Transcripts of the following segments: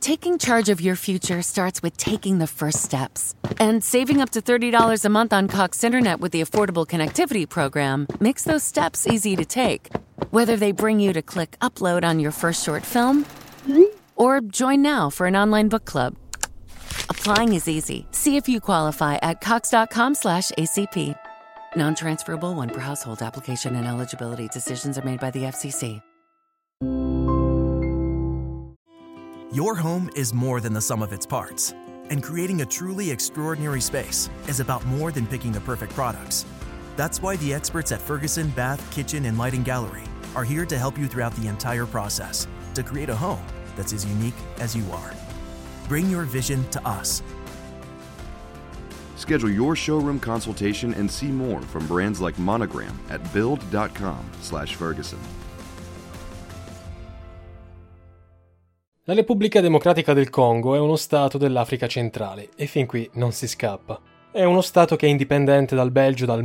Taking charge of your future starts with taking the first steps. And saving up to $30 a month on Cox Internet with the Affordable Connectivity Program makes those steps easy to take. Whether they bring you to click upload on your first short film or join now for an online book club. Applying is easy. See if you qualify at cox.com/ACP. Non-transferable one per household. Application and eligibility decisions are made by the FCC. Your home is more than the sum of its parts. And creating a truly extraordinary space is about more than picking the perfect products. That's why the experts at Ferguson Bath, Kitchen, and Lighting Gallery are here to help you throughout the entire process to create a home that's as unique as you are. Bring your vision to us. Schedule your showroom consultation and see more from brands like Monogram at build.com/Ferguson. La Repubblica Democratica del Congo è uno stato dell'Africa centrale e fin qui non si scappa. È uno stato che è indipendente dal Belgio dal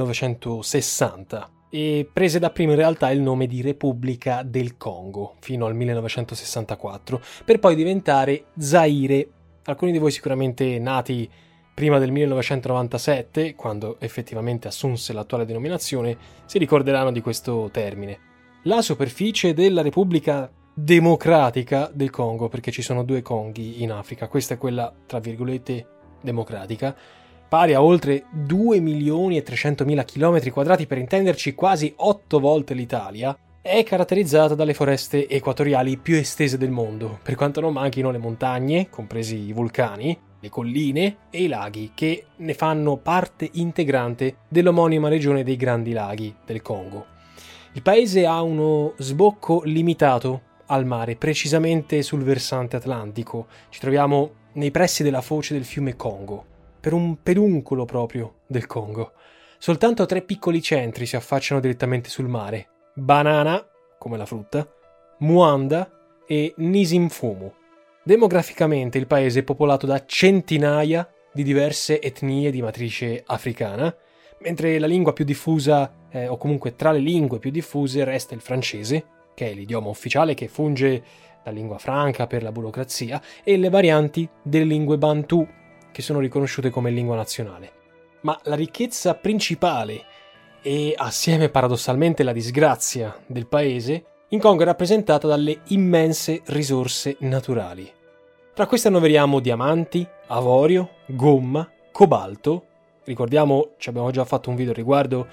1960 e prese dapprima in realtà il nome di Repubblica del Congo fino al 1964 per poi diventare Zaire. Alcuni di voi sicuramente nati prima del 1997, quando effettivamente assunse l'attuale denominazione, si ricorderanno di questo termine. La superficie della Repubblica Democratica del Congo, perché ci sono due Conghi in Africa, questa è quella tra virgolette democratica, pari a oltre 2.300.000 km², per intenderci quasi 8 volte l'Italia, è caratterizzata dalle foreste equatoriali più estese del mondo, per quanto non manchino le montagne, compresi i vulcani, le colline e i laghi, che ne fanno parte integrante dell'omonima regione dei Grandi Laghi del Congo. Il paese ha uno sbocco limitato al mare, precisamente sul versante atlantico. Ci troviamo nei pressi della foce del fiume Congo, per un peduncolo proprio del Congo. Soltanto 3 piccoli centri si affacciano direttamente sul mare: Banana, come la frutta, Muanda e Nisimfumu. Demograficamente il paese è popolato da centinaia di diverse etnie di matrice africana, mentre la lingua più diffusa, o comunque tra le lingue più diffuse, resta il francese, che è l'idioma ufficiale che funge da lingua franca per la burocrazia, e le varianti delle lingue Bantu, che sono riconosciute come lingua nazionale. Ma la ricchezza principale e, assieme paradossalmente, la disgrazia del paese in Congo è rappresentata dalle immense risorse naturali. Tra queste annoveriamo diamanti, avorio, gomma, cobalto. Ricordiamo, ci abbiamo già fatto un video al riguardo,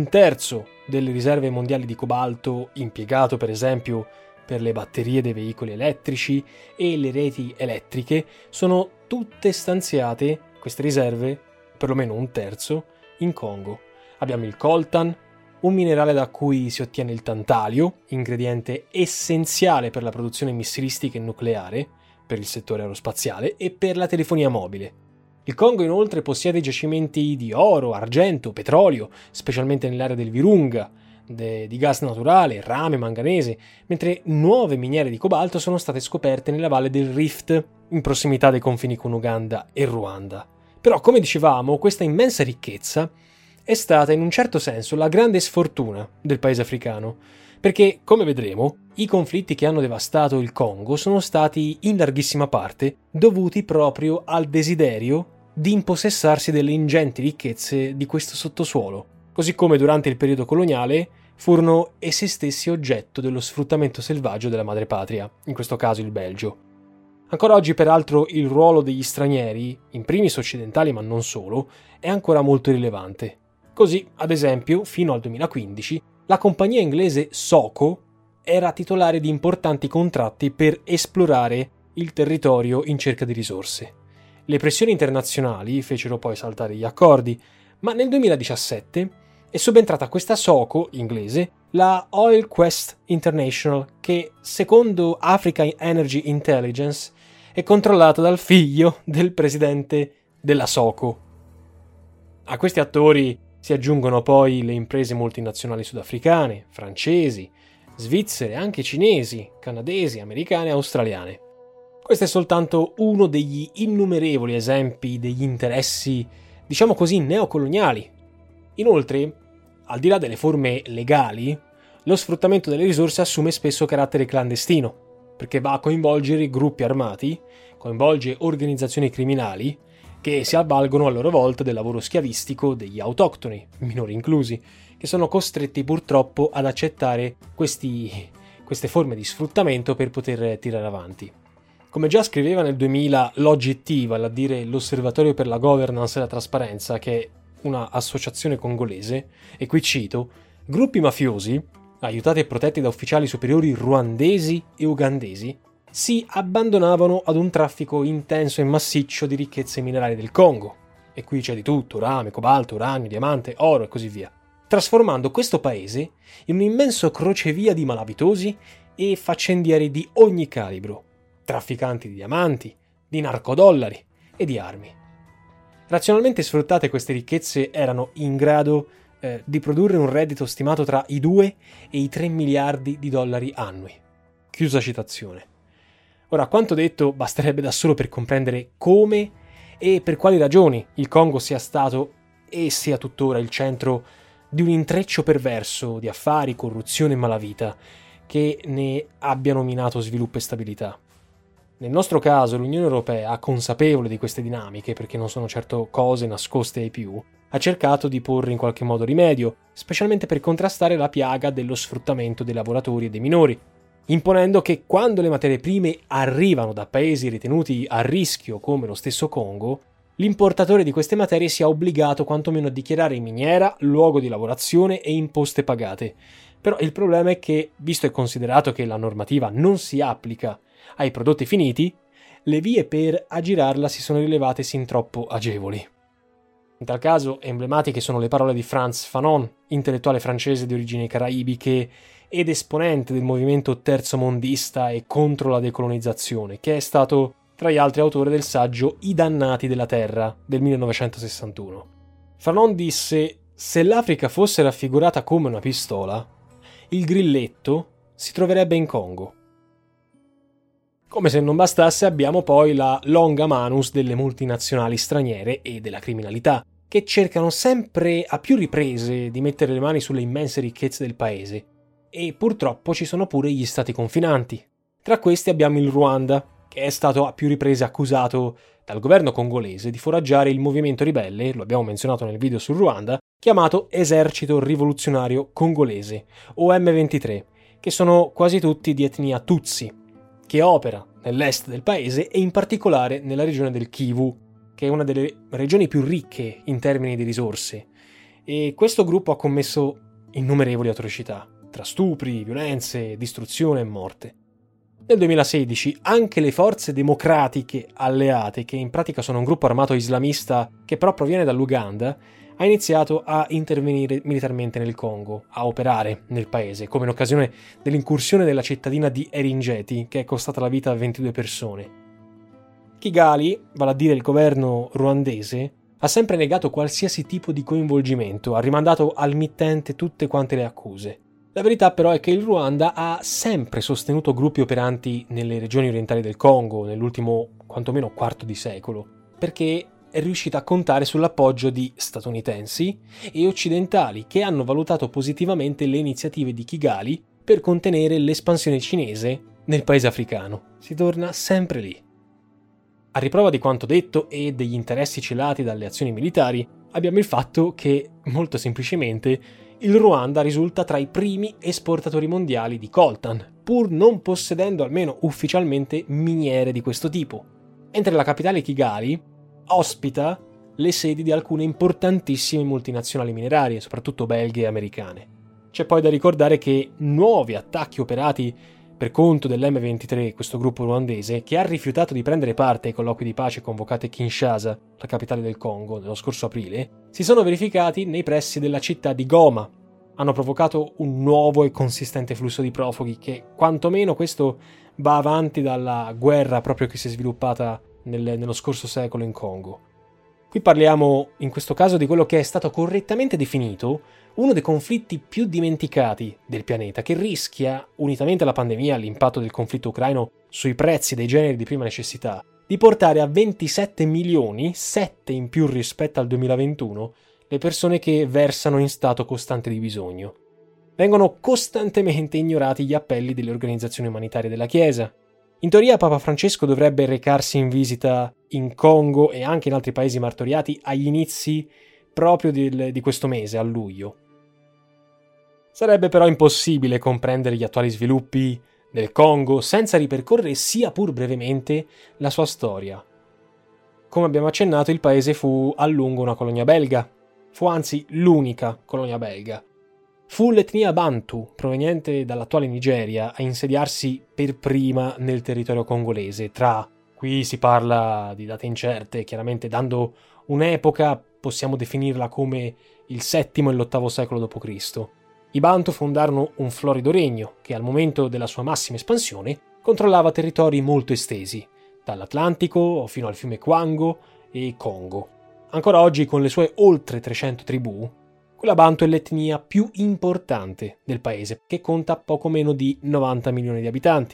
1/3 delle riserve mondiali di cobalto impiegato per esempio per le batterie dei veicoli elettrici e le reti elettriche sono tutte stanziate, queste riserve, perlomeno 1/3, in Congo. Abbiamo il coltan, un minerale da cui si ottiene il tantalio, ingrediente essenziale per la produzione missilistica e nucleare, per il settore aerospaziale e per la telefonia mobile. Il Congo inoltre possiede giacimenti di oro, argento, petrolio, specialmente nell'area del Virunga, di gas naturale, rame, manganese, mentre nuove miniere di cobalto sono state scoperte nella valle del Rift, in prossimità dei confini con Uganda e Ruanda. Però, come dicevamo, questa immensa ricchezza è stata in un certo senso la grande sfortuna del paese africano, perché, come vedremo, i conflitti che hanno devastato il Congo sono stati in larghissima parte dovuti proprio al desiderio di impossessarsi delle ingenti ricchezze di questo sottosuolo, così come durante il periodo coloniale furono essi stessi oggetto dello sfruttamento selvaggio della madrepatria, in questo caso il Belgio. Ancora oggi, peraltro, il ruolo degli stranieri, in primis occidentali ma non solo, è ancora molto rilevante. Così, ad esempio, fino al 2015, la compagnia inglese Soco era titolare di importanti contratti per esplorare il territorio in cerca di risorse. Le pressioni internazionali fecero poi saltare gli accordi, ma nel 2017 è subentrata a questa Soco inglese la Oil Quest International, che, secondo Africa Energy Intelligence, è controllata dal figlio del presidente della Soco. A questi attori si aggiungono poi le imprese multinazionali sudafricane, francesi, svizzere, anche cinesi, canadesi, americane e australiane. Questo è soltanto uno degli innumerevoli esempi degli interessi, diciamo così, neocoloniali. Inoltre, al di là delle forme legali, lo sfruttamento delle risorse assume spesso carattere clandestino. perché va a coinvolgere gruppi armati, coinvolge organizzazioni criminali che si avvalgono a loro volta del lavoro schiavistico degli autoctoni, minori inclusi, che sono costretti purtroppo ad accettare queste forme di sfruttamento per poter tirare avanti. Come già scriveva nel 2000 l'OGT, vale a dire l'Osservatorio per la Governance e la Trasparenza, che è una associazione congolese, e qui cito, gruppi mafiosi, aiutati e protetti da ufficiali superiori ruandesi e ugandesi, si abbandonavano ad un traffico intenso e massiccio di ricchezze minerali del Congo, e qui c'è di tutto, rame, cobalto, uranio, diamante, oro e così via, trasformando questo paese in un immenso crocevia di malavitosi e faccendieri di ogni calibro, trafficanti di diamanti, di narcodollari e di armi. Razionalmente sfruttate, queste ricchezze erano in grado di produrre un reddito stimato tra i 2 e i 3 miliardi di dollari annui. Chiusa citazione. Ora, quanto detto basterebbe da solo per comprendere come e per quali ragioni il Congo sia stato e sia tuttora il centro di un intreccio perverso di affari, corruzione e malavita che ne abbiano minato sviluppo e stabilità. Nel nostro caso l'Unione Europea, consapevole di queste dinamiche, perché non sono certo cose nascoste ai più, ha cercato di porre in qualche modo rimedio, specialmente per contrastare la piaga dello sfruttamento dei lavoratori e dei minori, imponendo che quando le materie prime arrivano da paesi ritenuti a rischio come lo stesso Congo, l'importatore di queste materie sia obbligato quantomeno a dichiarare miniera, luogo di lavorazione e imposte pagate. Però il problema è che, visto e considerato che la normativa non si applica ai prodotti finiti, le vie per aggirarla si sono rilevate sin troppo agevoli. In tal caso emblematiche sono le parole di Frantz Fanon, intellettuale francese di origini caraibiche ed esponente del movimento terzomondista e contro la decolonizzazione, che è stato tra gli altri autore del saggio I dannati della terra del 1961. Fanon disse: se l'Africa fosse raffigurata come una pistola, il grilletto si troverebbe in Congo. Come se non bastasse, abbiamo poi la longa manus delle multinazionali straniere e della criminalità, che cercano sempre a più riprese di mettere le mani sulle immense ricchezze del paese. E purtroppo ci sono pure gli stati confinanti. Tra questi abbiamo il Ruanda, che è stato a più riprese accusato dal governo congolese di foraggiare il movimento ribelle, lo abbiamo menzionato nel video sul Ruanda, chiamato Esercito Rivoluzionario Congolese, o M23, che sono quasi tutti di etnia Tutsi, che opera nell'est del paese e in particolare nella regione del Kivu, che è una delle regioni più ricche in termini di risorse, e questo gruppo ha commesso innumerevoli atrocità, tra stupri, violenze, distruzione e morte. Nel 2016 anche le forze democratiche alleate, che in pratica sono un gruppo armato islamista che però proviene dall'Uganda, ha iniziato a intervenire militarmente nel Congo, a operare nel paese, come in occasione dell'incursione della cittadina di Eringeti, che è costata la vita a 22 persone. Kigali, vale a dire il governo ruandese, ha sempre negato qualsiasi tipo di coinvolgimento, ha rimandato al mittente tutte quante le accuse. La verità però è che il Ruanda ha sempre sostenuto gruppi operanti nelle regioni orientali del Congo, nell'ultimo quantomeno quarto di secolo, perché è riuscita a contare sull'appoggio di statunitensi e occidentali che hanno valutato positivamente le iniziative di Kigali per contenere l'espansione cinese nel paese africano. Si torna sempre lì. A riprova di quanto detto e degli interessi celati dalle azioni militari, abbiamo il fatto che, molto semplicemente, il Ruanda risulta tra i primi esportatori mondiali di coltan, pur non possedendo almeno ufficialmente miniere di questo tipo, mentre la capitale Kigali ospita le sedi di alcune importantissime multinazionali minerarie, soprattutto belghe e americane. C'è poi da ricordare che nuovi attacchi operati per conto dell'M23, questo gruppo ruandese, che ha rifiutato di prendere parte ai colloqui di pace convocati a Kinshasa, la capitale del Congo, nello scorso aprile, si sono verificati nei pressi della città di Goma. Hanno provocato un nuovo e consistente flusso di profughi che, quantomeno, questo va avanti dalla guerra proprio che si è sviluppata nello scorso secolo in Congo. Qui parliamo, in questo caso, di quello che è stato correttamente definito uno dei conflitti più dimenticati del pianeta, che rischia, unitamente alla pandemia e all'impatto del conflitto ucraino sui prezzi dei generi di prima necessità, di portare a 27 milioni, 7 in più rispetto al 2021, le persone che versano in stato costante di bisogno. Vengono costantemente ignorati gli appelli delle organizzazioni umanitarie della Chiesa, In teoria Papa Francesco dovrebbe recarsi in visita in Congo e anche in altri paesi martoriati agli inizi proprio di questo mese, a luglio. Sarebbe però impossibile comprendere gli attuali sviluppi del Congo senza ripercorrere sia pur brevemente la sua storia. Come abbiamo accennato, il paese fu a lungo una colonia belga, fu anzi l'unica colonia belga. Fu l'etnia Bantu, proveniente dall'attuale Nigeria, a insediarsi per prima nel territorio congolese, qui si parla di date incerte, chiaramente dando un'epoca, possiamo definirla come il VII e l'VIII secolo d.C. I Bantu fondarono un florido regno che al momento della sua massima espansione controllava territori molto estesi, dall'Atlantico fino al fiume Kwango e Congo. Ancora oggi, con le sue oltre 300 tribù, quella Bantu è l'etnia più importante del paese, che conta poco meno di 90 milioni di abitanti.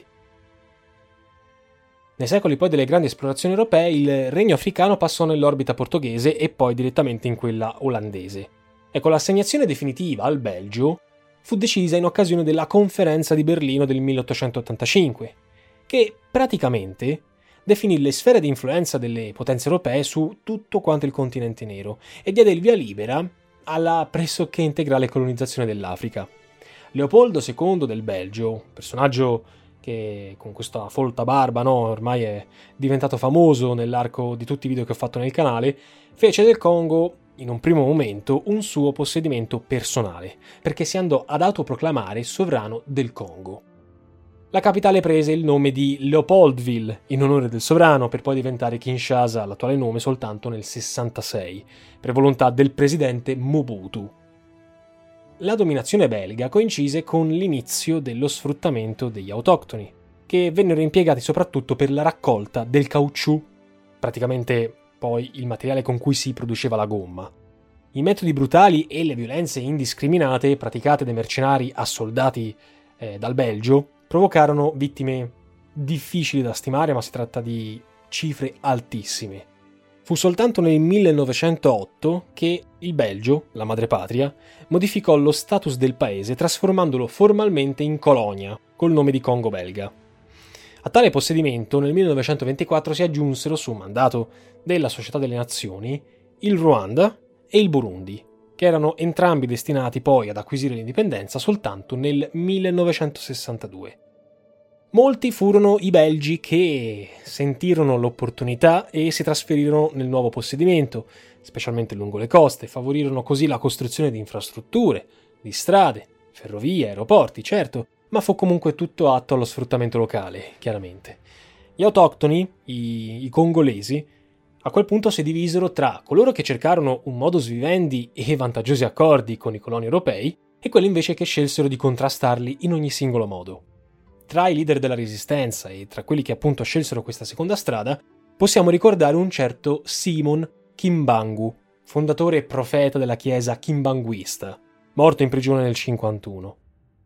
Nei secoli poi delle grandi esplorazioni europee, il regno africano passò nell'orbita portoghese e poi direttamente in quella olandese. Ecco, l'assegnazione definitiva al Belgio fu decisa in occasione della Conferenza di Berlino del 1885, che praticamente definì le sfere di influenza delle potenze europee su tutto quanto il continente nero e diede il via libera alla pressoché integrale colonizzazione dell'Africa. Leopoldo II del Belgio, personaggio che con questa folta barba ormai è diventato famoso nell'arco di tutti i video che ho fatto nel canale, fece del Congo in un primo momento un suo possedimento personale, perché si andò ad autoproclamare sovrano del Congo. La capitale prese il nome di Leopoldville in onore del sovrano, per poi diventare Kinshasa, l'attuale nome, soltanto nel 66, per volontà del presidente Mobutu. La dominazione belga coincise con l'inizio dello sfruttamento degli autoctoni, che vennero impiegati soprattutto per la raccolta del caucciù, praticamente poi il materiale con cui si produceva la gomma. I metodi brutali e le violenze indiscriminate praticate dai mercenari assoldati dal Belgio provocarono vittime difficili da stimare, ma si tratta di cifre altissime. Fu soltanto nel 1908 che il Belgio, la madrepatria, modificò lo status del paese trasformandolo formalmente in colonia, col nome di Congo belga. A tale possedimento nel 1924 si aggiunsero, su mandato della Società delle Nazioni, il Ruanda e il Burundi, che erano entrambi destinati poi ad acquisire l'indipendenza soltanto nel 1962. Molti furono i belgi che sentirono l'opportunità e si trasferirono nel nuovo possedimento, specialmente lungo le coste, favorirono così la costruzione di infrastrutture, di strade, ferrovie, aeroporti, certo, ma fu comunque tutto atto allo sfruttamento locale, chiaramente. Gli autoctoni, i congolesi, a quel punto si divisero tra coloro che cercarono un modus vivendi e vantaggiosi accordi con i coloni europei e quelli invece che scelsero di contrastarli in ogni singolo modo. Tra i leader della resistenza e tra quelli che appunto scelsero questa seconda strada, possiamo ricordare un certo Simon Kimbangu, fondatore e profeta della chiesa kimbanguista, morto in prigione nel 1951.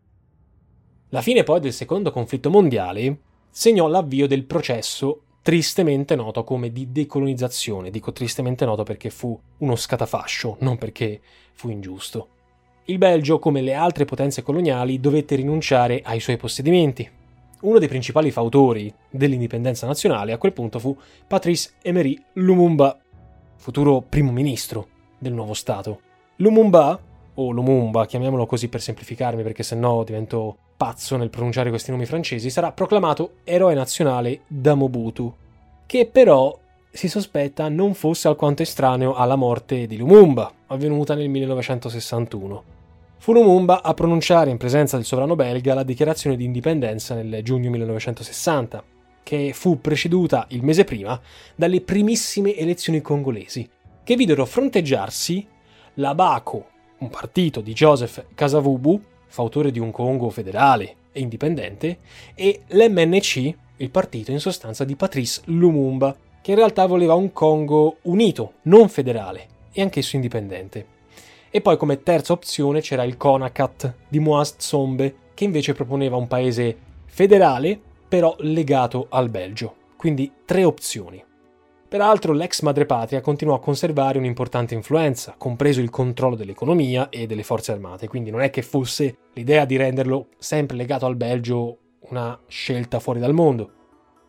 La fine poi del secondo conflitto mondiale segnò l'avvio del processo tristemente noto come di decolonizzazione. Dico tristemente noto perché fu uno scatafascio, non perché fu ingiusto. Il Belgio, come le altre potenze coloniali, dovette rinunciare ai suoi possedimenti. Uno dei principali fautori dell'indipendenza nazionale a quel punto fu Patrice Emery Lumumba, futuro primo ministro del nuovo Stato. Lumumba, o Lumumba, chiamiamolo così per semplificarmi perché sennò divento pazzo nel pronunciare questi nomi francesi, sarà proclamato eroe nazionale da Mobutu, che però si sospetta non fosse alquanto estraneo alla morte di Lumumba, avvenuta nel 1961. Fu Lumumba a pronunciare in presenza del sovrano belga la dichiarazione di indipendenza nel giugno 1960, che fu preceduta il mese prima dalle primissime elezioni congolesi, che videro fronteggiarsi la BACO, un partito di Joseph Kasavubu, fautore di un Congo federale e indipendente, e l'MNC, il partito in sostanza di Patrice Lumumba, che in realtà voleva un Congo unito, non federale, e anch'esso indipendente. E poi come terza opzione c'era il CONACAT di Moise Tsombe, che invece proponeva un paese federale, però legato al Belgio. Quindi 3 opzioni. Peraltro l'ex madrepatria continuò a conservare un'importante influenza, compreso il controllo dell'economia e delle forze armate, quindi non è che fosse l'idea di renderlo sempre legato al Belgio una scelta fuori dal mondo.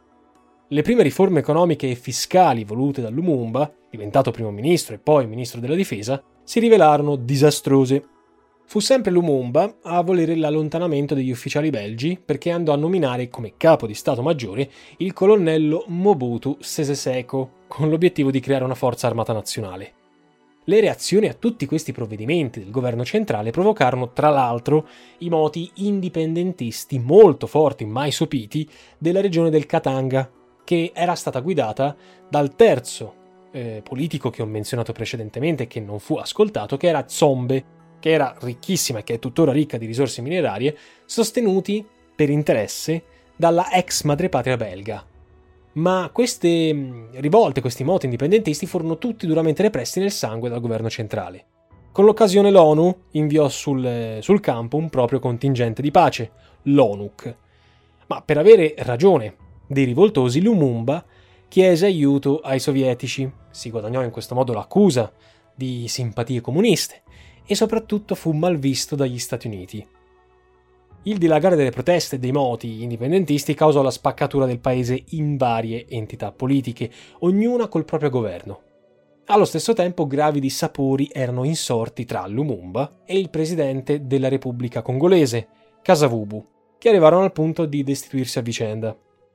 Le prime riforme economiche e fiscali volute da Lumumba, diventato primo ministro e poi ministro della difesa, si rivelarono disastrose. Fu sempre Lumumba a volere l'allontanamento degli ufficiali belgi perché andò a nominare come capo di Stato Maggiore il colonnello Mobutu Sese Seko con l'obiettivo di creare una forza armata nazionale. Le reazioni a tutti questi provvedimenti del governo centrale provocarono tra l'altro i moti indipendentisti molto forti, mai sopiti, della regione del Katanga, che era stata guidata dal terzo politico che ho menzionato precedentemente e che non fu ascoltato, che era Tshombe, che era ricchissima e che è tuttora ricca di risorse minerarie, sostenuti per interesse dalla ex madrepatria belga. Ma queste rivolte, questi moti indipendentisti furono tutti duramente repressi nel sangue dal governo centrale. Con l'occasione l'ONU inviò sul campo un proprio contingente di pace, l'ONUC. Ma per avere ragione dei rivoltosi, Lumumba chiese aiuto ai sovietici, si guadagnò in questo modo l'accusa di simpatie comuniste e soprattutto fu malvisto dagli Stati Uniti. Il dilagare delle proteste e dei moti indipendentisti causò la spaccatura del paese in varie entità politiche, ognuna col proprio governo. Allo stesso tempo gravi dissapori erano insorti tra Lumumba e il presidente della Repubblica Congolese, Kasavubu, che arrivarono al punto di destituirsi a vicenda.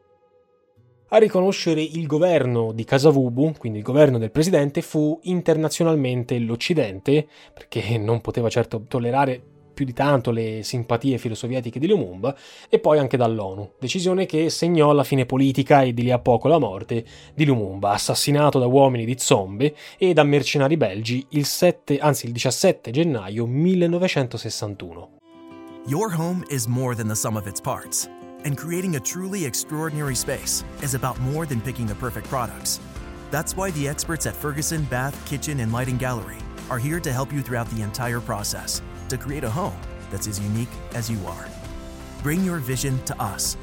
A riconoscere il governo di Kasavubu, quindi il governo del presidente, fu internazionalmente l'Occidente, perché non poteva certo tollerare più di tanto le simpatie filosovietiche di Lumumba, e poi anche dall'ONU, decisione che segnò la fine politica e di lì a poco la morte di Lumumba, assassinato da uomini di Tshombe e da mercenari belgi il 17 gennaio 1961. Your home is more than the sum of its parts. And creating a truly extraordinary space is about more than picking the perfect products. That's why the experts at Ferguson Bath, Kitchen, and Lighting Gallery are here to help you throughout the entire process to create a home that's as unique as you are. Bring your vision to us.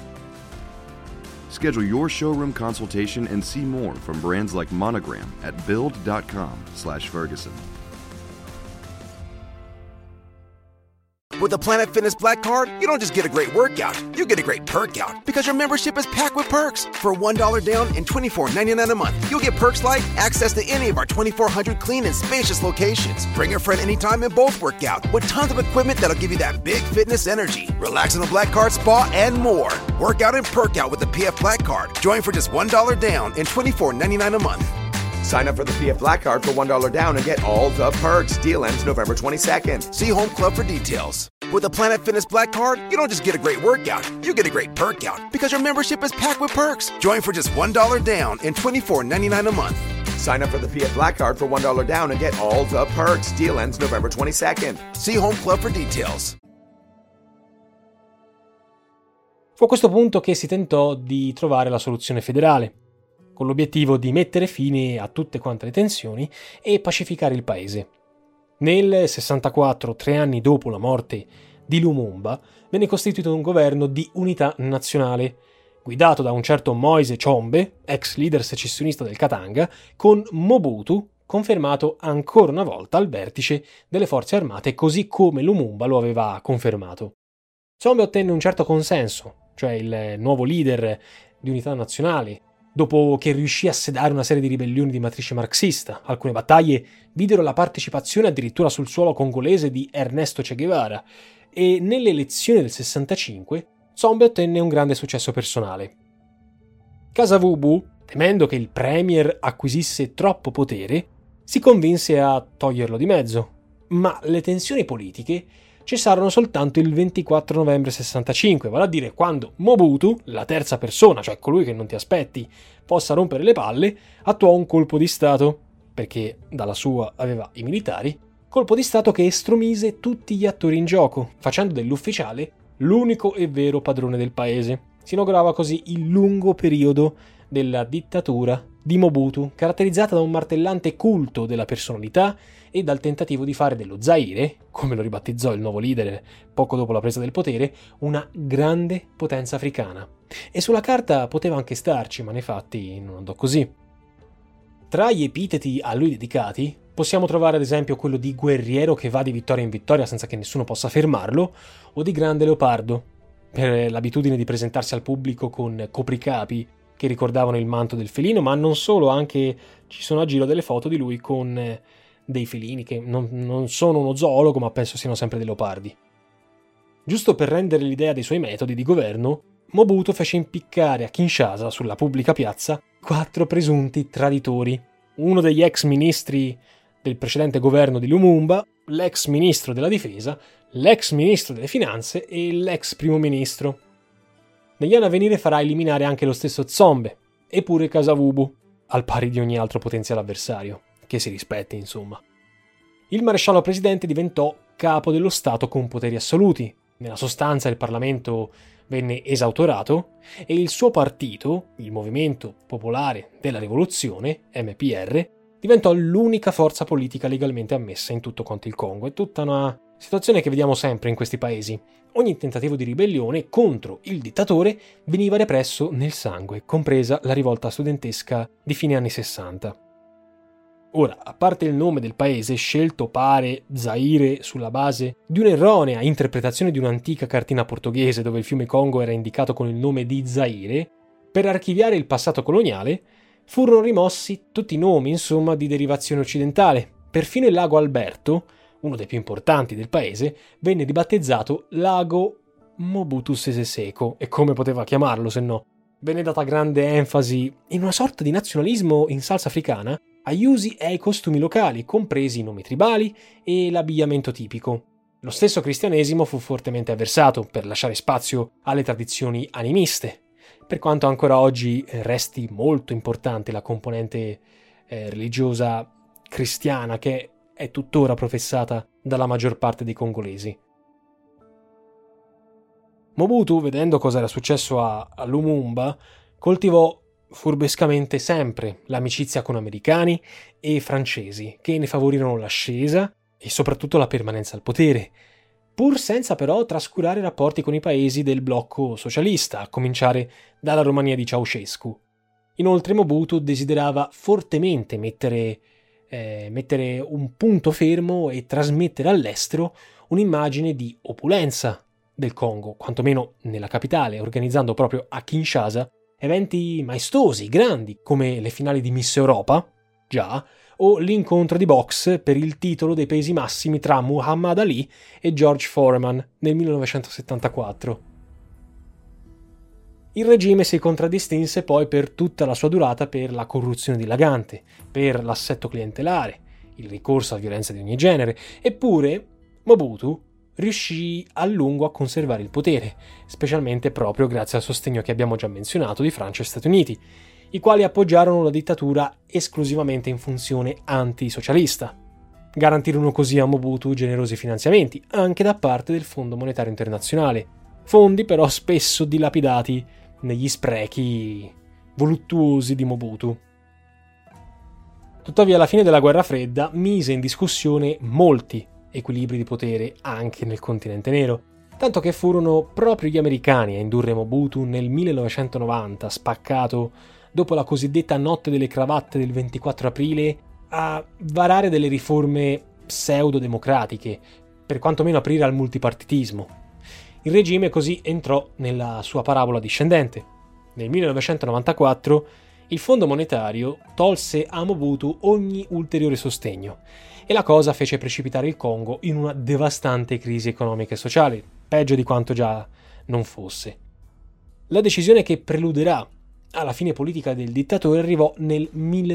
Schedule your showroom consultation and see more from brands like Monogram at build.com/Ferguson. With the Planet Fitness Black Card, you don't just get a great workout, you get a great perk out because your membership is packed with perks. For $1 down and $24.99 a month, you'll get perks like access to any of our 2,400 clean and spacious locations. Bring a friend anytime and both work out with tons of equipment that'll give you that big fitness energy. Relax in the Black Card spa and more. Work out and perk out with the PF Black Card. Join for just $1 down and $24.99 a month. Sign up for the PF Black Card for $1 down and get all the perks. Deal ends November 22nd. See Home Club for details. With the Planet Fitness Black Card, you don't just get a great workout, you get a great perk out because your membership is packed with perks. Join for just $1 down and $24.99 a month. Sign up for the PF Black Card for $1 down and get all the perks. Deal ends November 22nd. See Home Club for details. Fu a questo punto che si tentò di trovare la soluzione federale, con l'obiettivo di mettere fine a tutte quante le tensioni e pacificare il paese. Nel 64, 3 anni dopo la morte di Lumumba, venne costituito un governo di unità nazionale, guidato da un certo Moise Tshombe, ex leader secessionista del Katanga, con Mobutu confermato ancora una volta al vertice delle forze armate, così come Lumumba lo aveva confermato. Tshombe ottenne un certo consenso, cioè il nuovo leader di unità nazionale, dopo che riuscì a sedare una serie di ribellioni di matrice marxista. Alcune battaglie videro la partecipazione addirittura sul suolo congolese di Ernesto Che Guevara e nelle elezioni del 65 Tshombe ottenne un grande successo personale. Kasavubu, temendo che il premier acquisisse troppo potere, si convinse a toglierlo di mezzo, ma le tensioni politiche cessarono soltanto il 24 novembre 65, vale a dire quando Mobutu, la terza persona, cioè colui che non ti aspetti possa rompere le palle, attuò un colpo di Stato, perché dalla sua aveva i militari, colpo di Stato che estromise tutti gli attori in gioco, facendo dell'ufficiale l'unico e vero padrone del paese. Si inaugurava così il lungo periodo della dittatura di Mobutu, caratterizzata da un martellante culto della personalità e dal tentativo di fare dello Zaire, come lo ribattezzò il nuovo leader poco dopo la presa del potere, una grande potenza africana. E sulla carta poteva anche starci, ma nei fatti non andò così. Tra gli epiteti a lui dedicati possiamo trovare ad esempio quello di guerriero che va di vittoria in vittoria senza che nessuno possa fermarlo, o di grande leopardo, per l'abitudine di presentarsi al pubblico con copricapi che ricordavano il manto del felino, ma non solo, anche ci sono a giro delle foto di lui con dei felini che non sono uno zoologo, ma penso siano sempre dei leopardi. Giusto per rendere l'idea dei suoi metodi di governo, Mobutu fece impiccare a Kinshasa, sulla pubblica piazza, 4 presunti traditori. Uno degli ex ministri del precedente governo di Lumumba, l'ex ministro della difesa, l'ex ministro delle finanze e l'ex primo ministro. Negli anni a venire farà eliminare anche lo stesso Zombe, e pure Kasavubu, al pari di ogni altro potenziale avversario, che si rispetti insomma. Il maresciallo presidente diventò capo dello Stato con poteri assoluti. Nella sostanza il Parlamento venne esautorato e il suo partito, il Movimento Popolare della Rivoluzione, MPR, diventò l'unica forza politica legalmente ammessa in tutto quanto il Congo. È tutta una situazione che vediamo sempre in questi paesi. Ogni tentativo di ribellione contro il dittatore veniva represso nel sangue, compresa la rivolta studentesca di fine anni 60. Ora, a parte il nome del paese, scelto pare Zaire sulla base di un'erronea interpretazione di un'antica cartina portoghese dove il fiume Congo era indicato con il nome di Zaire, per archiviare il passato coloniale, furono rimossi tutti i nomi, insomma, di derivazione occidentale. Perfino il lago Alberto, uno dei più importanti del paese, venne ribattezzato lago Mobutu Sese Seko, e come poteva chiamarlo se no? Venne data grande enfasi, in una sorta di nazionalismo in salsa africana, agli usi e ai costumi locali, compresi i nomi tribali e l'abbigliamento tipico. Lo stesso cristianesimo fu fortemente avversato per lasciare spazio alle tradizioni animiste, per quanto ancora oggi resti molto importante la componente religiosa cristiana che è tuttora professata dalla maggior parte dei congolesi. Mobutu, vedendo cosa era successo a Lumumba, coltivò furbescamente sempre l'amicizia con americani e francesi, che ne favorirono l'ascesa e soprattutto la permanenza al potere, pur senza però trascurare i rapporti con i paesi del blocco socialista, a cominciare dalla Romania di Ceausescu. Inoltre Mobutu desiderava fortemente mettere un punto fermo e trasmettere all'estero un'immagine di opulenza del Congo, quantomeno nella capitale, organizzando proprio a Kinshasa eventi maestosi, grandi, come le finali di Miss Europa, già, o l'incontro di box per il titolo dei pesi massimi tra Muhammad Ali e George Foreman nel 1974. Il regime si contraddistinse poi per tutta la sua durata per la corruzione dilagante, per l'assetto clientelare, il ricorso a violenza di ogni genere, eppure Mobutu riuscì a lungo a conservare il potere, specialmente proprio grazie al sostegno che abbiamo già menzionato di Francia e Stati Uniti, i quali appoggiarono la dittatura esclusivamente in funzione antisocialista. Garantirono così a Mobutu generosi finanziamenti, anche da parte del Fondo Monetario Internazionale, fondi però spesso dilapidati negli sprechi voluttuosi di Mobutu. Tuttavia la fine della guerra fredda mise in discussione molti equilibri di potere anche nel continente nero, tanto che furono proprio gli americani a indurre Mobutu nel 1990, spaccato dopo la cosiddetta notte delle cravatte del 24 aprile, a varare delle riforme pseudo-democratiche, per quantomeno aprire al multipartitismo. Il regime così entrò nella sua parabola discendente. Nel 1994 il Fondo Monetario tolse a Mobutu ogni ulteriore sostegno e la cosa fece precipitare il Congo in una devastante crisi economica e sociale, peggio di quanto già non fosse. La decisione che preluderà alla fine politica del dittatore arrivò nel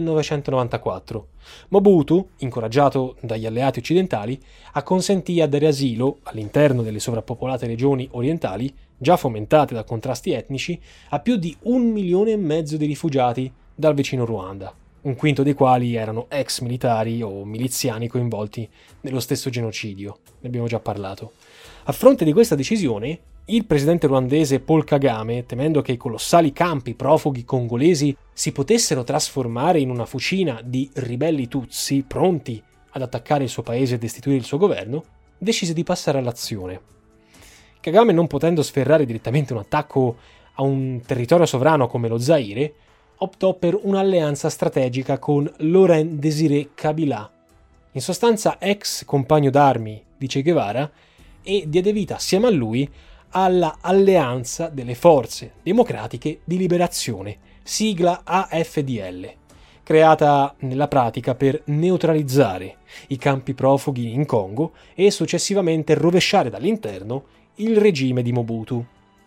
1994. Mobutu, incoraggiato dagli alleati occidentali, acconsentì a dare asilo, all'interno delle sovrappopolate regioni orientali, già fomentate da contrasti etnici, a più di 1,5 milioni di rifugiati dal vicino Ruanda, un quinto dei quali erano ex militari o miliziani coinvolti nello stesso genocidio. Ne abbiamo già parlato. A fronte di questa decisione, il presidente ruandese Paul Kagame, temendo che i colossali campi profughi congolesi si potessero trasformare in una fucina di ribelli tutsi pronti ad attaccare il suo paese e destituire il suo governo, decise di passare all'azione. Kagame, non potendo sferrare direttamente un attacco a un territorio sovrano come lo Zaire, optò per un'alleanza strategica con Laurent Désiré Kabila, in sostanza ex compagno d'armi di Che Guevara, e diede vita assieme a lui alla Alleanza delle Forze Democratiche di Liberazione, sigla AFDL, creata nella pratica per neutralizzare i campi profughi in Congo e successivamente rovesciare dall'interno il regime di Mobutu.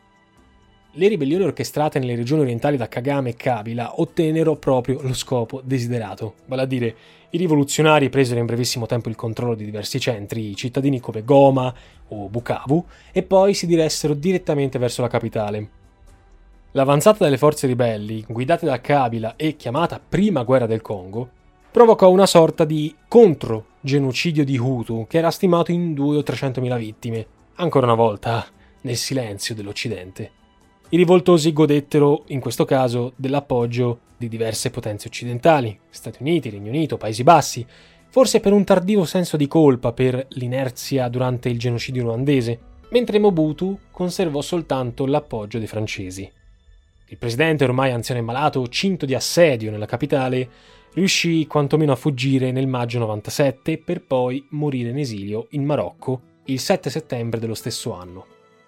Le ribellioni orchestrate nelle regioni orientali da Kagame e Kabila ottennero proprio lo scopo desiderato, vale a dire i rivoluzionari presero in brevissimo tempo il controllo di diversi centri cittadini come Goma o Bukavu e poi si diressero direttamente verso la capitale. L'avanzata delle forze ribelli, guidate da Kabila e chiamata Prima Guerra del Congo, provocò una sorta di contro-genocidio di Hutu che era stimato in 200.000 o 300.000 vittime, ancora una volta nel silenzio dell'Occidente. I rivoltosi godettero, in questo caso, dell'appoggio di diverse potenze occidentali, Stati Uniti, Regno Unito, Paesi Bassi, forse per un tardivo senso di colpa per l'inerzia durante il genocidio ruandese, mentre Mobutu conservò soltanto l'appoggio dei francesi. Il presidente, ormai anziano e malato, cinto di assedio nella capitale, riuscì quantomeno a fuggire nel maggio 97 per poi morire in esilio in Marocco il 7 settembre dello stesso anno.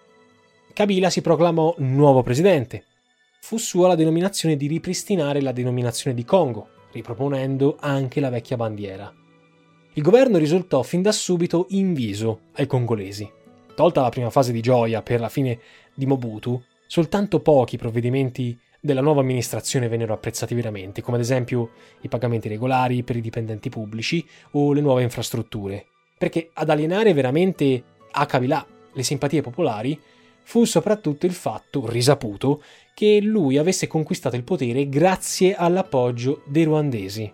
Kabila si proclamò nuovo presidente. Fu sua la denominazione di ripristinare la denominazione di Congo, riproponendo anche la vecchia bandiera. Il governo risultò fin da subito inviso ai congolesi. Tolta la prima fase di gioia per la fine di Mobutu, soltanto pochi provvedimenti della nuova amministrazione vennero apprezzati veramente, come ad esempio i pagamenti regolari per i dipendenti pubblici o le nuove infrastrutture, perché ad alienare veramente a Kabila le simpatie popolari fu soprattutto il fatto, risaputo, che lui avesse conquistato il potere grazie all'appoggio dei ruandesi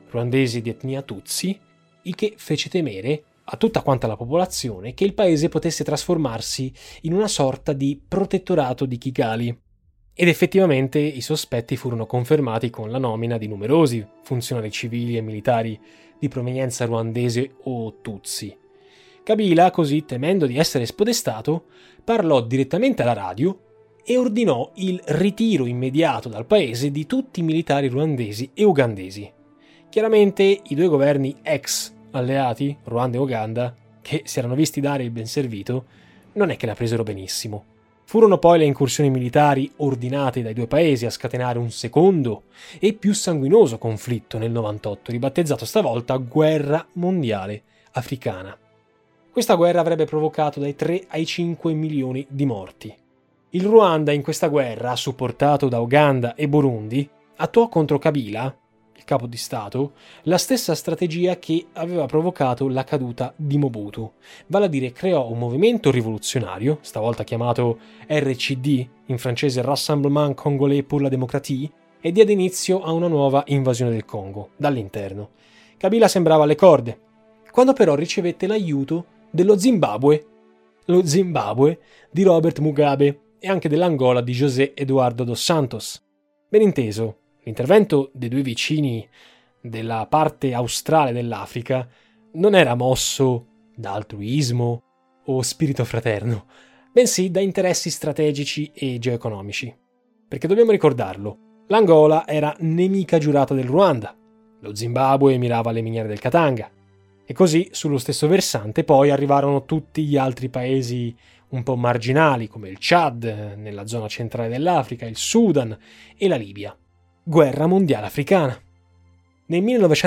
di etnia Tutsi, il che fece temere a tutta quanta la popolazione che il paese potesse trasformarsi in una sorta di protettorato di Kigali. Ed effettivamente i sospetti furono confermati con la nomina di numerosi funzionari civili e militari di provenienza ruandese o Tutsi. Kabila, così, temendo di essere spodestato, parlò direttamente alla radio e ordinò il ritiro immediato dal paese di tutti i militari ruandesi e ugandesi. Chiaramente i due governi ex alleati, Ruanda e Uganda, che si erano visti dare il ben servito, non è che la presero benissimo. Furono poi le incursioni militari ordinate dai due paesi a scatenare un secondo e più sanguinoso conflitto nel 98, ribattezzato stavolta Guerra Mondiale Africana. Questa guerra avrebbe provocato dai 3 ai 5 milioni di morti. Il Ruanda in questa guerra, supportato da Uganda e Burundi, attuò contro Kabila, il capo di Stato, la stessa strategia che aveva provocato la caduta di Mobutu, vale a dire creò un movimento rivoluzionario, stavolta chiamato RCD, in francese Rassemblement Congolais pour la Démocratie, e diede inizio a una nuova invasione del Congo, dall'interno. Kabila sembrava alle corde, quando però ricevette l'aiuto dello Zimbabwe, lo Zimbabwe di Robert Mugabe e anche dell'Angola di José Eduardo dos Santos. Ben inteso, l'intervento dei due vicini della parte australe dell'Africa non era mosso da altruismo o spirito fraterno, bensì da interessi strategici e geoeconomici. Perché dobbiamo ricordarlo, l'Angola era nemica giurata del Ruanda, lo Zimbabwe mirava alle miniere del Katanga, e così sullo stesso versante poi arrivarono tutti gli altri paesi un po' marginali come il Chad nella zona centrale dell'Africa, il Sudan e la Libia. Guerra mondiale africana. Nel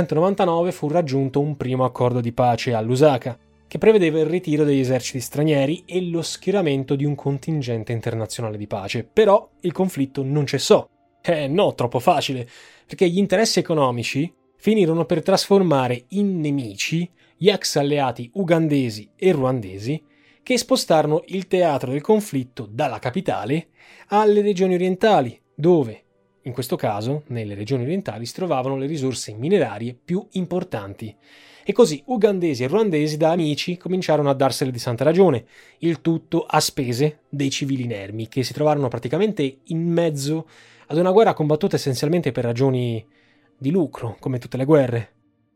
1999 fu raggiunto un primo accordo di pace a Lusaka, che prevedeva il ritiro degli eserciti stranieri e lo schieramento di un contingente internazionale di pace. Però il conflitto non cessò. No, troppo facile, perché gli interessi economici finirono per trasformare in nemici gli ex alleati ugandesi e ruandesi che spostarono il teatro del conflitto dalla capitale alle regioni orientali, dove, in questo caso, nelle regioni orientali si trovavano le risorse minerarie più importanti. E così ugandesi e ruandesi da amici cominciarono a darsene di santa ragione, il tutto a spese dei civili inermi che si trovarono praticamente in mezzo ad una guerra combattuta essenzialmente per ragioni di lucro, come tutte le guerre.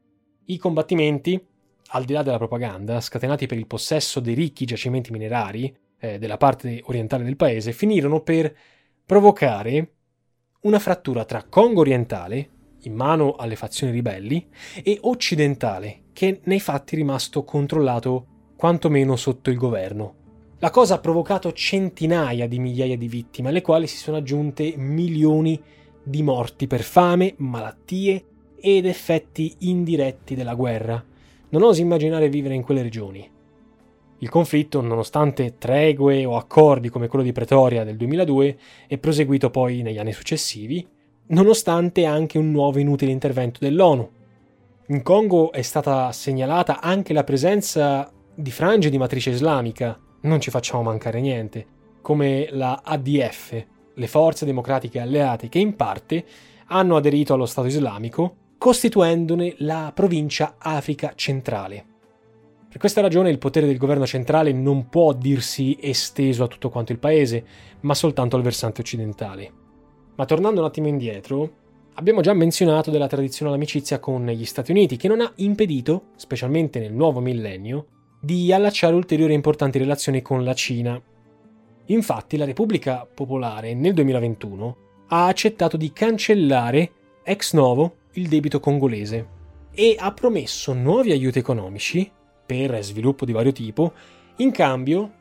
I combattimenti, al di là della propaganda, scatenati per il possesso dei ricchi giacimenti minerari della parte orientale del paese, finirono per provocare una frattura tra Congo orientale, in mano alle fazioni ribelli, e occidentale, che nei fatti è rimasto controllato quantomeno sotto il governo. La cosa ha provocato centinaia di migliaia di vittime, alle quali si sono aggiunte milioni di morti per fame, malattie ed effetti indiretti della guerra. Non osi immaginare vivere in quelle regioni. Il conflitto, nonostante tregue o accordi come quello di Pretoria del 2002, è proseguito poi negli anni successivi, nonostante anche un nuovo inutile intervento dell'ONU. In Congo è stata segnalata anche la presenza di frange di matrice islamica, non ci facciamo mancare niente, come la ADF, le forze democratiche alleate, che in parte hanno aderito allo Stato islamico, costituendone la provincia Africa centrale. Per questa ragione il potere del governo centrale non può dirsi esteso a tutto quanto il paese, ma soltanto al versante occidentale. Ma tornando un attimo indietro, abbiamo già menzionato della tradizionale amicizia con gli Stati Uniti, che non ha impedito, specialmente nel nuovo millennio, di allacciare ulteriori importanti relazioni con la Cina. Infatti la Repubblica Popolare nel 2021 ha accettato di cancellare ex novo il debito congolese e ha promesso nuovi aiuti economici per sviluppo di vario tipo, in cambio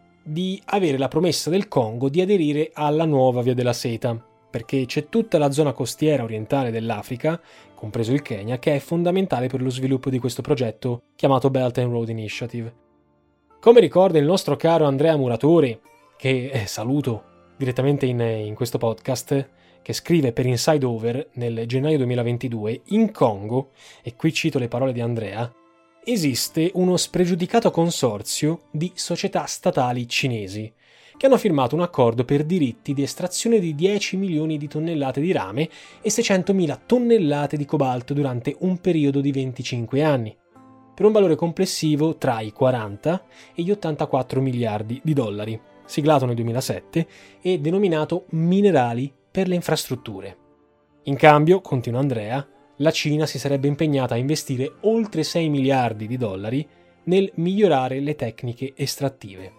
di avere la promessa del Congo di aderire alla nuova Via della Seta, perché c'è tutta la zona costiera orientale dell'Africa, compreso il Kenya, che è fondamentale per lo sviluppo di questo progetto chiamato Belt and Road Initiative. Come ricorda il nostro caro Andrea Muratore, che saluto direttamente in questo podcast, che scrive per Inside Over nel gennaio 2022, in Congo, e qui cito le parole di Andrea, esiste uno spregiudicato consorzio di società statali cinesi che hanno firmato un accordo per diritti di estrazione di 10 milioni di tonnellate di rame e 600.000 tonnellate di cobalto durante un periodo di 25 anni, per un valore complessivo tra i 40 e gli 84 miliardi di dollari, siglato nel 2007 e denominato Minerali per le infrastrutture. In cambio, continua Andrea, la Cina si sarebbe impegnata a investire oltre 6 miliardi di dollari nel migliorare le tecniche estrattive.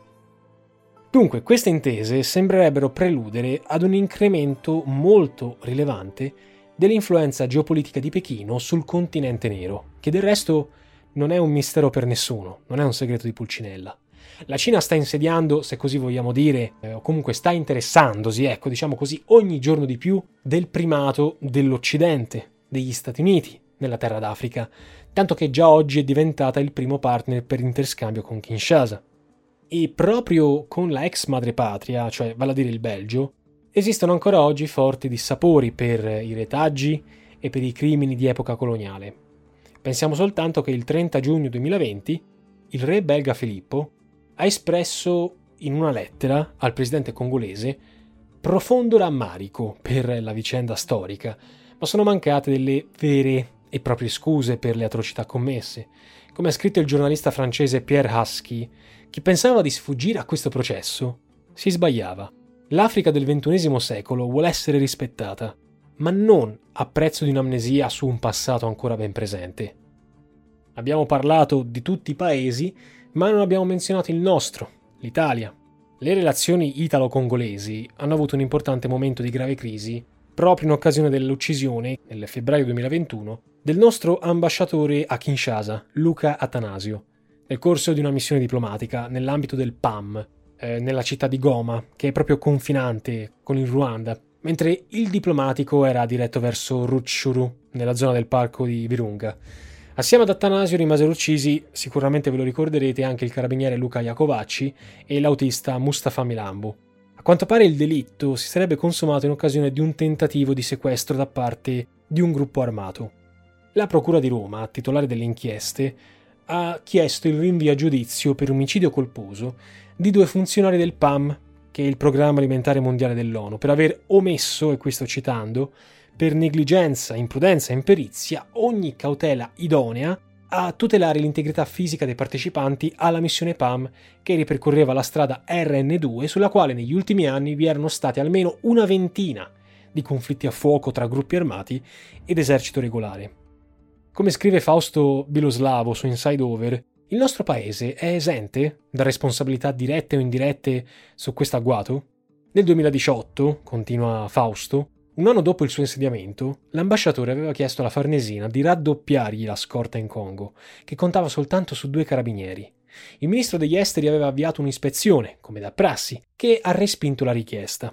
Dunque, queste intese sembrerebbero preludere ad un incremento molto rilevante dell'influenza geopolitica di Pechino sul continente nero, che del resto non è un mistero per nessuno, non è un segreto di Pulcinella. La Cina sta insediando, se così vogliamo dire, o comunque sta interessandosi, diciamo così, ogni giorno di più del primato dell'Occidente, degli Stati Uniti, nella terra d'Africa, tanto che già oggi è diventata il primo partner per interscambio con Kinshasa. E proprio con la ex madrepatria, cioè vale a dire il Belgio, esistono ancora oggi forti dissapori per i retaggi e per i crimini di epoca coloniale. Pensiamo soltanto che il 30 giugno 2020 il re belga Filippo ha espresso in una lettera al presidente congolese profondo rammarico per la vicenda storica, ma sono mancate delle vere e proprie scuse per le atrocità commesse. Come ha scritto il giornalista francese Pierre Husky, chi pensava di sfuggire a questo processo si sbagliava. L'Africa del XXI secolo vuole essere rispettata, ma non a prezzo di un'amnesia su un passato ancora ben presente. Abbiamo parlato di tutti i paesi, ma non abbiamo menzionato il nostro, l'Italia. Le relazioni italo-congolesi hanno avuto un importante momento di grave crisi proprio in occasione dell'uccisione, nel febbraio 2021, del nostro ambasciatore a Kinshasa, Luca Attanasio, nel corso di una missione diplomatica nell'ambito del PAM, nella città di Goma, che è proprio confinante con il Ruanda, mentre il diplomatico era diretto verso Rutshuru, nella zona del parco di Virunga. Assieme ad Attanasio rimasero uccisi, sicuramente ve lo ricorderete, anche il carabiniere Luca Iacovacci e l'autista Mustafa Milambo. A quanto pare il delitto si sarebbe consumato in occasione di un tentativo di sequestro da parte di un gruppo armato. La Procura di Roma, titolare delle inchieste, ha chiesto il rinvio a giudizio per omicidio colposo di 2 funzionari del PAM, che è il Programma Alimentare Mondiale dell'ONU, per aver omesso, e qui sto citando, per negligenza, imprudenza e imperizia ogni cautela idonea a tutelare l'integrità fisica dei partecipanti alla missione PAM che ripercorreva la strada RN2, sulla quale negli ultimi anni vi erano stati almeno una ventina di conflitti a fuoco tra gruppi armati ed esercito regolare. Come scrive Fausto Biloslavo su Inside Over, il nostro paese è esente da responsabilità dirette o indirette su questo agguato? Nel 2018, continua Fausto, un anno dopo il suo insediamento, l'ambasciatore aveva chiesto alla Farnesina di raddoppiargli la scorta in Congo, che contava soltanto su 2 carabinieri. Il ministro degli esteri aveva avviato un'ispezione, come da prassi, che ha respinto la richiesta.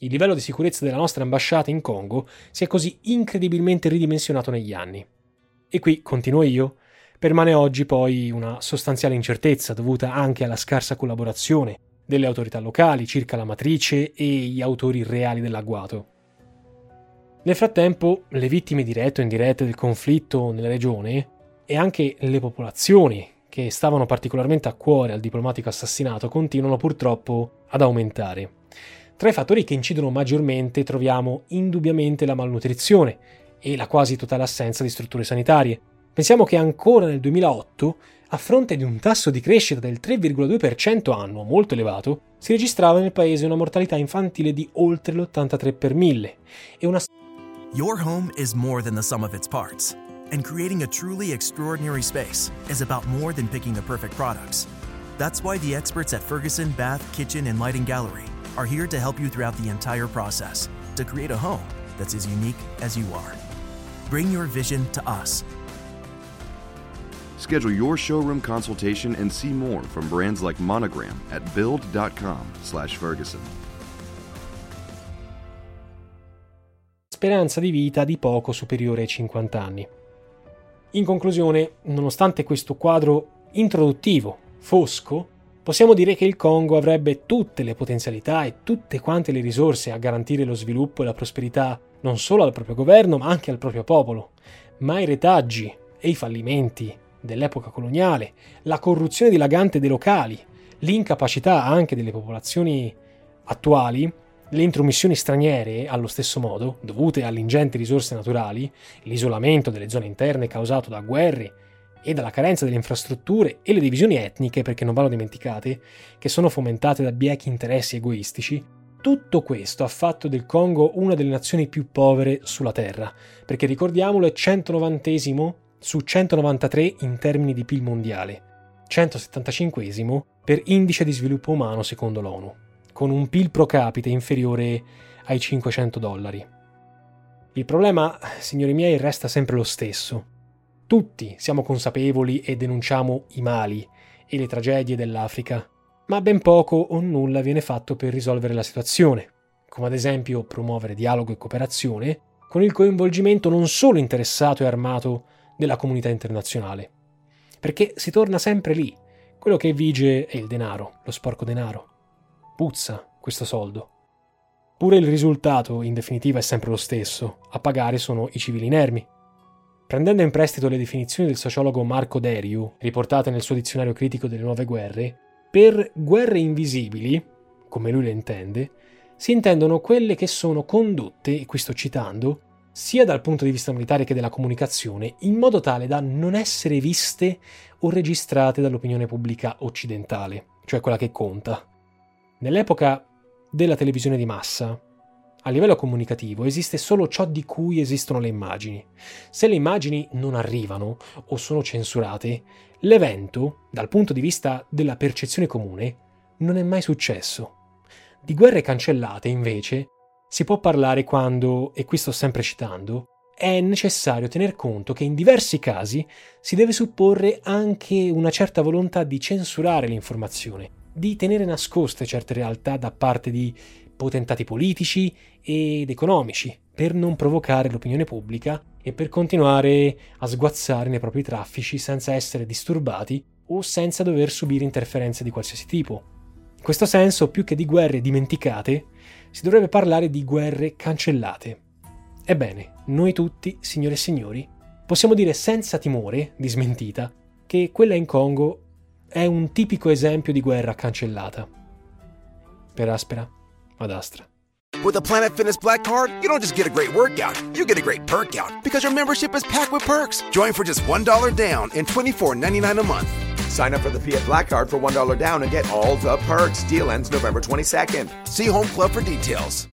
il livello di sicurezza della nostra ambasciata in Congo si è così incredibilmente ridimensionato negli anni. E qui, continuo io, permane oggi poi una sostanziale incertezza dovuta anche alla scarsa collaborazione delle autorità locali circa la matrice e gli autori reali dell'agguato. Nel frattempo, le vittime dirette o indirette del conflitto nella regione e anche le popolazioni che stavano particolarmente a cuore al diplomatico assassinato continuano purtroppo ad aumentare. Tra i fattori che incidono maggiormente troviamo indubbiamente la malnutrizione e la quasi totale assenza di strutture sanitarie. Pensiamo che ancora nel 2008, a fronte di un tasso di crescita del 3,2% annuo molto elevato, si registrava nel paese una mortalità infantile di oltre l'83 per 1000 e una... Your home is more than the sum of its parts, and creating a truly extraordinary space is about more than picking the perfect products. That's why the experts at Ferguson Bath, Kitchen, and Lighting Gallery are here to help you throughout the entire process to create a home that's as unique as you are. Bring your vision to us. Schedule your showroom consultation and see more from brands like Monogram at build.com/Ferguson. Speranza di vita di poco superiore ai 50 anni. In conclusione, nonostante questo quadro introduttivo, fosco, possiamo dire che il Congo avrebbe tutte le potenzialità e tutte quante le risorse a garantire lo sviluppo e la prosperità non solo al proprio governo ma anche al proprio popolo, ma i retaggi e i fallimenti dell'epoca coloniale, la corruzione dilagante dei locali, l'incapacità anche delle popolazioni attuali, le intromissioni straniere allo stesso modo, dovute alle ingenti risorse naturali, l'isolamento delle zone interne causato da guerre e dalla carenza delle infrastrutture e le divisioni etniche, perché non vanno dimenticate, che sono fomentate da biechi interessi egoistici, tutto questo ha fatto del Congo una delle nazioni più povere sulla Terra, perché ricordiamolo è 190esimo su 193 in termini di PIL mondiale, 175esimo per indice di sviluppo umano secondo l'ONU, con un PIL pro capite inferiore ai $500. Il problema, signori miei, resta sempre lo stesso. Tutti siamo consapevoli e denunciamo i mali e le tragedie dell'Africa, ma ben poco o nulla viene fatto per risolvere la situazione, come ad esempio promuovere dialogo e cooperazione con il coinvolgimento non solo interessato e armato della comunità internazionale. Perché si torna sempre lì. Quello che vige è il denaro, lo sporco denaro. Puzza questo soldo. Pure il risultato, in definitiva, è sempre lo stesso. A pagare sono i civili inermi. Prendendo in prestito le definizioni del sociologo Marco Deriu, riportate nel suo dizionario critico delle nuove guerre, per guerre invisibili, come lui le intende, si intendono quelle che sono condotte, e qui sto citando, sia dal punto di vista militare che della comunicazione, in modo tale da non essere viste o registrate dall'opinione pubblica occidentale, cioè quella che conta. Nell'epoca della televisione di massa, a livello comunicativo esiste solo ciò di cui esistono le immagini. Se le immagini non arrivano o sono censurate, l'evento, dal punto di vista della percezione comune, non è mai successo. Di guerre cancellate, invece, si può parlare quando, e qui sto sempre citando, è necessario tener conto che in diversi casi si deve supporre anche una certa volontà di censurare l'informazione, di tenere nascoste certe realtà da parte di potentati politici ed economici, per non provocare l'opinione pubblica e per continuare a sguazzare nei propri traffici senza essere disturbati o senza dover subire interferenze di qualsiasi tipo. In questo senso, più che di guerre dimenticate, si dovrebbe parlare di guerre cancellate. Ebbene, noi tutti, signore e signori, possiamo dire senza timore di smentita che quella in Congo è un tipico esempio di guerra cancellata. Per aspera ad astra. With a Planet Fitness Black Card, you don't just get a great workout, you get a great perk out because your membership is packed with perks. Join for just $1 down and $24.99 a month. Sign up for the PF Black Card for $1 down and get all the perks. Deal ends November 22nd. See Home Club for details.